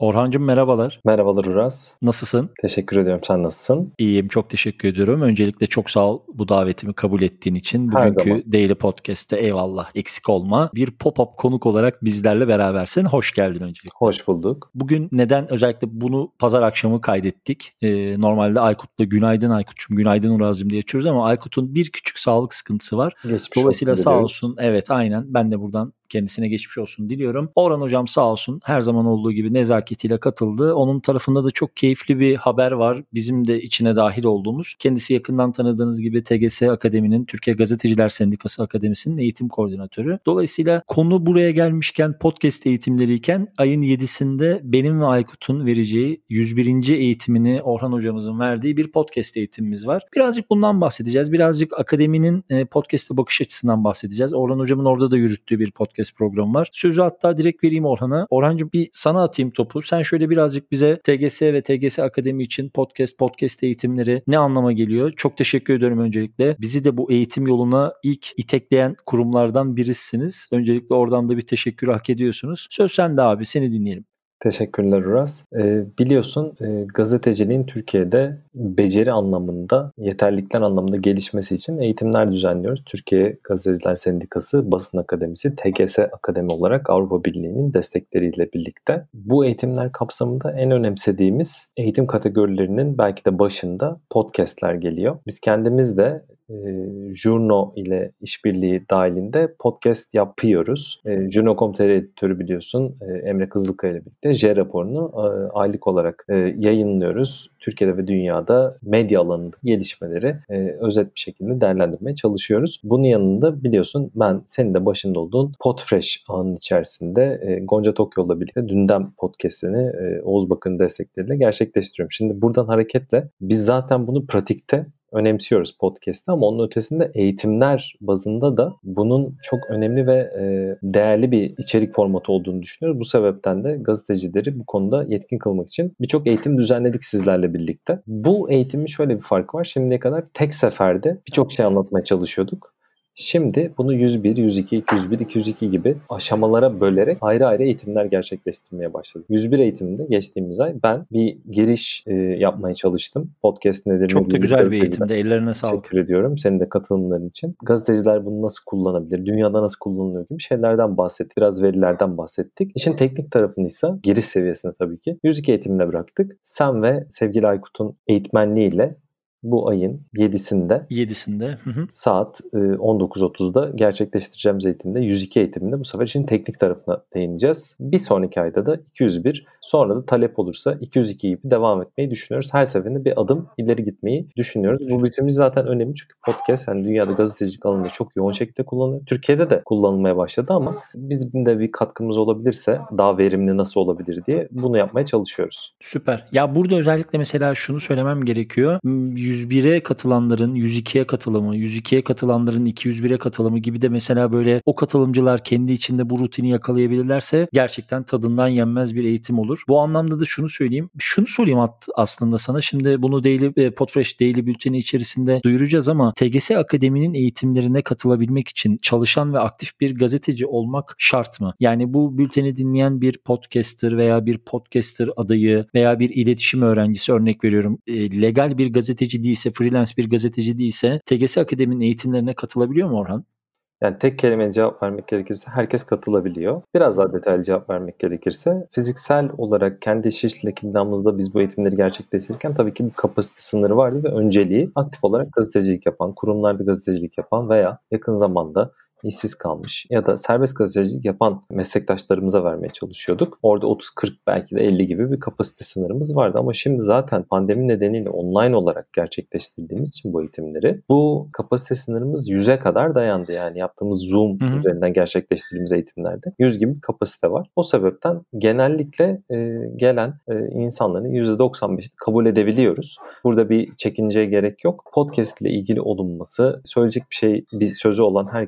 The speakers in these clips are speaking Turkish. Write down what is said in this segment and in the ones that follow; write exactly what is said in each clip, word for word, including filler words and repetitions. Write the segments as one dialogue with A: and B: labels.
A: Orhancığım merhabalar.
B: Merhabalar Uras.
A: Nasılsın?
B: Teşekkür ediyorum. Sen nasılsın?
A: İyiyim, çok teşekkür ediyorum. Öncelikle çok sağ ol bu davetimi kabul ettiğin için.
B: Her
A: Bugünkü
B: zaman.
A: Daily Podcast'te eyvallah eksik olma. Bir pop-up konuk olarak bizlerle berabersin. Hoş geldin öncelikle.
B: Hoş bulduk.
A: Bugün neden özellikle bunu pazar akşamı kaydettik? Ee, normalde Aykut'la günaydın Aykut'cum, günaydın Uraz'cığım diye açıyoruz ama Aykut'un bir küçük sağlık sıkıntısı var.
B: Geçmiş
A: Dolayısıyla
B: olsun
A: sağ
B: diliyoruz.
A: olsun. Evet, aynen. Ben de buradan kendisine geçmiş olsun diliyorum. Orhan hocam sağ olsun her zaman olduğu gibi nezaketiyle katıldı. Onun tarafında da çok keyifli bir haber var. Bizim de içine dahil olduğumuz. Kendisi yakından tanıdığınız gibi T G S Akademi'nin, Türkiye Gazeteciler Sendikası Akademisi'nin eğitim koordinatörü. Dolayısıyla konu buraya gelmişken podcast eğitimleriyken ayın yedisinde benim ve Aykut'un vereceği yüz birinci eğitimini Orhan hocamızın verdiği bir podcast eğitimimiz var. Birazcık bundan bahsedeceğiz. Birazcık akademinin podcast'e bakış açısından bahsedeceğiz. Orhan hocamın orada da yürüttüğü bir podcast programı var. Sözü hatta direkt vereyim Orhan'a. Orhancığım bir sana atayım topu. Sen şöyle birazcık bize T G S ve T G S Akademi için podcast, podcast eğitimleri ne anlama geliyor? Çok teşekkür ediyorum öncelikle. Bizi de bu eğitim yoluna ilk itekleyen kurumlardan birisiniz. Öncelikle oradan da bir teşekkür hak ediyorsunuz. Söz sende abi, seni dinleyelim.
B: Teşekkürler Uras. Ee, biliyorsun e, gazeteciliğin Türkiye'de beceri anlamında, yeterlilikler anlamında gelişmesi için eğitimler düzenliyoruz. Türkiye Gazeteciler Sendikası, Basın Akademisi, T G S Akademi olarak Avrupa Birliği'nin destekleriyle birlikte. Bu eğitimler kapsamında en önemsediğimiz eğitim kategorilerinin belki de başında podcastler geliyor. Biz kendimiz de E, Journo ile işbirliği dahilinde podcast yapıyoruz. E, Journo nokta com nokta tr editörü biliyorsun e, Emre Kızılkaya ile birlikte J raporunu e, aylık olarak e, yayınlıyoruz. Türkiye'de ve dünyada medya alanında gelişmeleri e, özet bir şekilde değerlendirmeye çalışıyoruz. Bunun yanında biliyorsun ben senin de başında olduğun Podfresh ağının içerisinde e, Gonca Tokyol'la birlikte Dündem podcast'ini e, Oğuz Bakır'ın destekleriyle gerçekleştiriyorum. Şimdi buradan hareketle biz zaten bunu pratikte önemsiyoruz podcast'ı ama onun ötesinde eğitimler bazında da bunun çok önemli ve e, değerli bir içerik formatı olduğunu düşünüyoruz. Bu sebepten de gazetecileri bu konuda yetkin kılmak için birçok eğitim düzenledik sizlerle birlikte. Bu eğitimin şöyle bir farkı var. Şimdiye kadar tek seferde birçok şey anlatmaya çalışıyorduk. Şimdi bunu yüz bir, yüz iki, iki yüz bir, iki yüz iki gibi aşamalara bölerek ayrı ayrı eğitimler gerçekleştirmeye başladık. yüz bir eğitiminde geçtiğimiz ay ben bir giriş e, yapmaya çalıştım. Podcast nedir?
A: Çok da güzel bir eğitimde. Ellerine sağlık.
B: Teşekkür ediyorum. Senin de katılımların için. Gazeteciler bunu nasıl kullanabilir? Dünyada nasıl kullanılıyor gibi şeylerden bahsettik. Biraz verilerden bahsettik. İşin teknik tarafını ise giriş seviyesinde tabii ki yüz iki eğitimine bıraktık. Sen ve sevgili Aykut'un eğitmenliğiyle bu ayın yedisinde
A: yedisinde hı hı.
B: saat on dokuz otuzda gerçekleştireceğimiz eğitimde yüz iki eğitiminde bu sefer için teknik tarafına değineceğiz. Bir sonraki ayda da iki yüz bir, sonra da talep olursa iki yüz iki gibi devam etmeyi düşünüyoruz. Her seferinde bir adım ileri gitmeyi düşünüyoruz. Bu bizim zaten önemli çünkü podcast yani dünyada gazetecilik alanında çok yoğun şekilde kullanılıyor. Türkiye'de de kullanılmaya başladı ama bizim de bir katkımız olabilirse daha verimli nasıl olabilir diye bunu yapmaya çalışıyoruz.
A: Süper. Ya burada özellikle mesela şunu söylemem gerekiyor. yüz bire katılanların yüz ikiye katılımı, yüz ikiye katılanların iki yüz bire katılımı gibi de mesela böyle o katılımcılar kendi içinde bu rutini yakalayabilirlerse gerçekten tadından yenmez bir eğitim olur. Bu anlamda da şunu söyleyeyim. Şunu sorayım aslında sana. Şimdi bunu Daily Podfresh Daily Bülteni içerisinde duyuracağız ama T G S Akademi'nin eğitimlerine katılabilmek için çalışan ve aktif bir gazeteci olmak şart mı? Yani bu bülteni dinleyen bir podcaster veya bir podcaster adayı veya bir iletişim öğrencisi örnek veriyorum. E, legal bir gazeteci değilse, freelance bir gazeteci değilse T G S Akademi'nin eğitimlerine katılabiliyor mu Orhan?
B: Yani tek kelimeyle cevap vermek gerekirse herkes katılabiliyor. Biraz daha detaylı cevap vermek gerekirse fiziksel olarak kendi şişlik binamızda biz bu eğitimleri gerçekleştirirken tabii ki bir kapasite sınırı vardı ve önceliği aktif olarak gazetecilik yapan, kurumlarda gazetecilik yapan veya yakın zamanda işsiz kalmış ya da serbest gazetecilik yapan meslektaşlarımıza vermeye çalışıyorduk. Orada otuz kırk belki de elli gibi bir kapasite sınırımız vardı ama şimdi zaten pandemi nedeniyle online olarak gerçekleştirdiğimiz için bu eğitimleri bu kapasite sınırımız yüze kadar dayandı. Yani yaptığımız Zoom Hı-hı. üzerinden gerçekleştirdiğimiz eğitimlerde yüz gibi bir kapasite var. O sebepten genellikle e, gelen e, insanların yüzde doksan beşini kabul edebiliyoruz. Burada bir çekinceye gerek yok. Podcast ile ilgili olunması, söyleyecek bir şey, bir sözü olan herkesi biz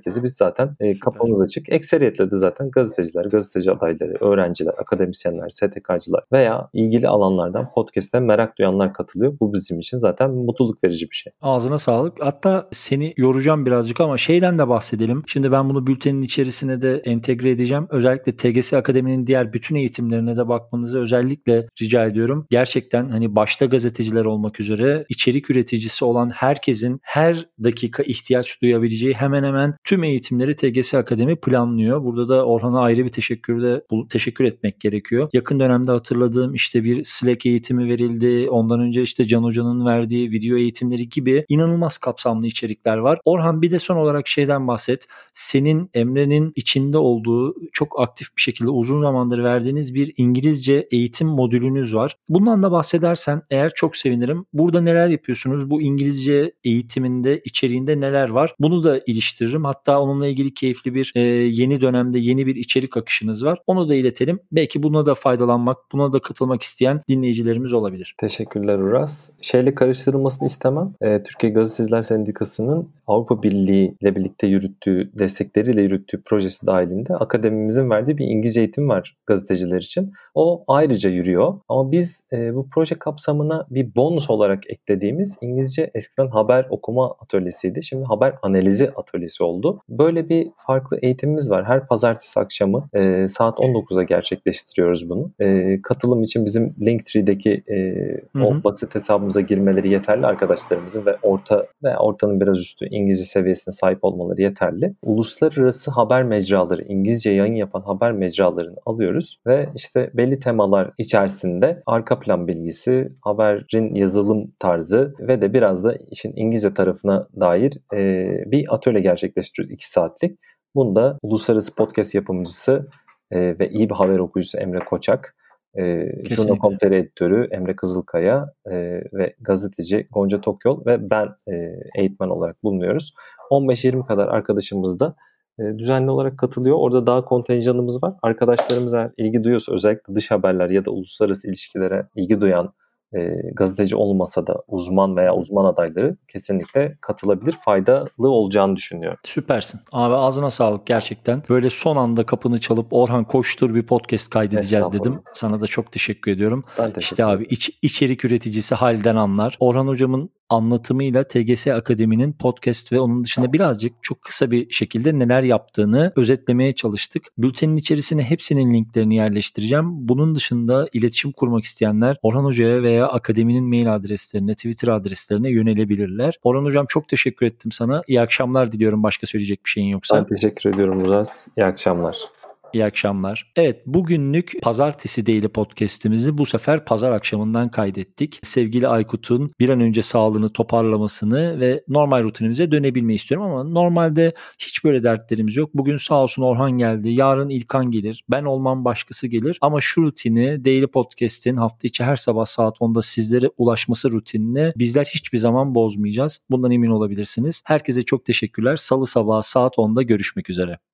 B: zaten. E,
A: Süper.
B: kapımız açık. Ekseriyetle de zaten gazeteciler, gazeteci adayları, öğrenciler, akademisyenler, S T K'cılar veya ilgili alanlardan podcast'e merak duyanlar katılıyor. Bu bizim için zaten mutluluk verici bir şey.
A: Ağzına sağlık. Hatta seni yoracağım birazcık ama şeyden de bahsedelim. Şimdi ben bunu bültenin içerisine de entegre edeceğim. Özellikle T G S Akademi'nin diğer bütün eğitimlerine de bakmanızı özellikle rica ediyorum. Gerçekten hani başta gazeteciler olmak üzere içerik üreticisi olan herkesin her dakika ihtiyaç duyabileceği hemen hemen tüm eğitimleri T G S Akademi planlıyor. Burada da Orhan'a ayrı bir teşekkürde teşekkür etmek gerekiyor. Yakın dönemde hatırladığım işte bir Slack eğitimi verildi. Ondan önce işte Can Hoca'nın verdiği video eğitimleri gibi inanılmaz kapsamlı içerikler var. Orhan bir de son olarak şeyden bahset. Senin Emre'nin içinde olduğu çok aktif bir şekilde uzun zamandır verdiğiniz bir İngilizce eğitim modülünüz var. Bundan da bahsedersen eğer çok sevinirim. Burada neler yapıyorsunuz? Bu İngilizce eğitiminde, içeriğinde neler var? Bunu da iliştiririm. Hatta onunla ilgili keyifli bir e, yeni dönemde yeni bir içerik akışınız var. Onu da iletelim. Belki buna da faydalanmak, buna da katılmak isteyen dinleyicilerimiz olabilir.
B: Teşekkürler Uras. Şeyle karıştırılmasını istemem. Ee, Türkiye Gazeteciler Sendikası'nın Avrupa Birliği ile birlikte yürüttüğü, destekleriyle yürüttüğü projesi dahilinde akademimizin verdiği bir İngilizce eğitim var gazeteciler için. O ayrıca yürüyor. Ama biz e, bu proje kapsamına bir bonus olarak eklediğimiz İngilizce eskiden haber okuma atölyesiydi. Şimdi haber analizi atölyesi oldu. Böyle bir farklı eğitimimiz var. Her pazartesi akşamı e, saat on dokuzda gerçekleştiriyoruz bunu. E, katılım için bizim Linktree'deki e, o basit hesabımıza girmeleri yeterli arkadaşlarımızın ve orta veya ortanın biraz üstü İngilizce seviyesine sahip olmaları yeterli. Uluslararası haber mecraları, İngilizce yayın yapan haber mecralarını alıyoruz ve işte belli temalar içerisinde arka plan bilgisi, haberin yazılım tarzı ve de biraz da işin İngilizce tarafına dair e, bir atölye gerçekleştiriyoruz iki saatlik. Bunda uluslararası podcast yapımcısı e, ve iyi bir haber okuyucusu Emre Koçak, E, Journal nokta com nokta tr editörü Emre Kızılkaya e, ve gazeteci Gonca Tokyol ve ben e, eğitmen olarak bulunuyoruz. on beş yirmi kadar arkadaşımız da e, düzenli olarak katılıyor. Orada daha kontenjanımız var. Arkadaşlarımız eğer ilgi duyuyorsa özellikle dış haberler ya da uluslararası ilişkilere ilgi duyan E, gazeteci olmasa da uzman veya uzman adayları kesinlikle katılabilir. Faydalı olacağını düşünüyorum.
A: Süpersin. Abi ağzına sağlık gerçekten. Böyle son anda kapını çalıp Orhan koştur bir podcast kaydedeceğiz dedim. Sana da çok teşekkür ediyorum.
B: Ben teşekkür
A: işte abi iç, içerik üreticisi halden anlar. Orhan hocamın anlatımıyla T G S Akademi'nin podcast ve onun dışında birazcık çok kısa bir şekilde neler yaptığını özetlemeye çalıştık. Bültenin içerisine hepsinin linklerini yerleştireceğim. Bunun dışında iletişim kurmak isteyenler Orhan Hoca'ya veya akademinin mail adreslerine, Twitter adreslerine yönelebilirler. Orhan Hocam çok teşekkür ettim sana. İyi akşamlar diliyorum. Başka söyleyecek bir şeyin yoksa.
B: Ben teşekkür ediyorum Murat. İyi akşamlar.
A: İyi akşamlar. Evet, bugünlük Pazartesi Daily Podcast'imizi bu sefer pazar akşamından kaydettik. Sevgili Aykut'un bir an önce sağlığını toparlamasını ve normal rutinimize dönebilmeyi istiyorum ama normalde hiç böyle dertlerimiz yok. Bugün sağ olsun Orhan geldi, yarın İlkan gelir, ben olmam başkası gelir ama şu rutini Daily Podcast'in hafta içi her sabah saat onda sizlere ulaşması rutinini bizler hiçbir zaman bozmayacağız. Bundan emin olabilirsiniz. Herkese çok teşekkürler. Salı sabahı saat onda görüşmek üzere.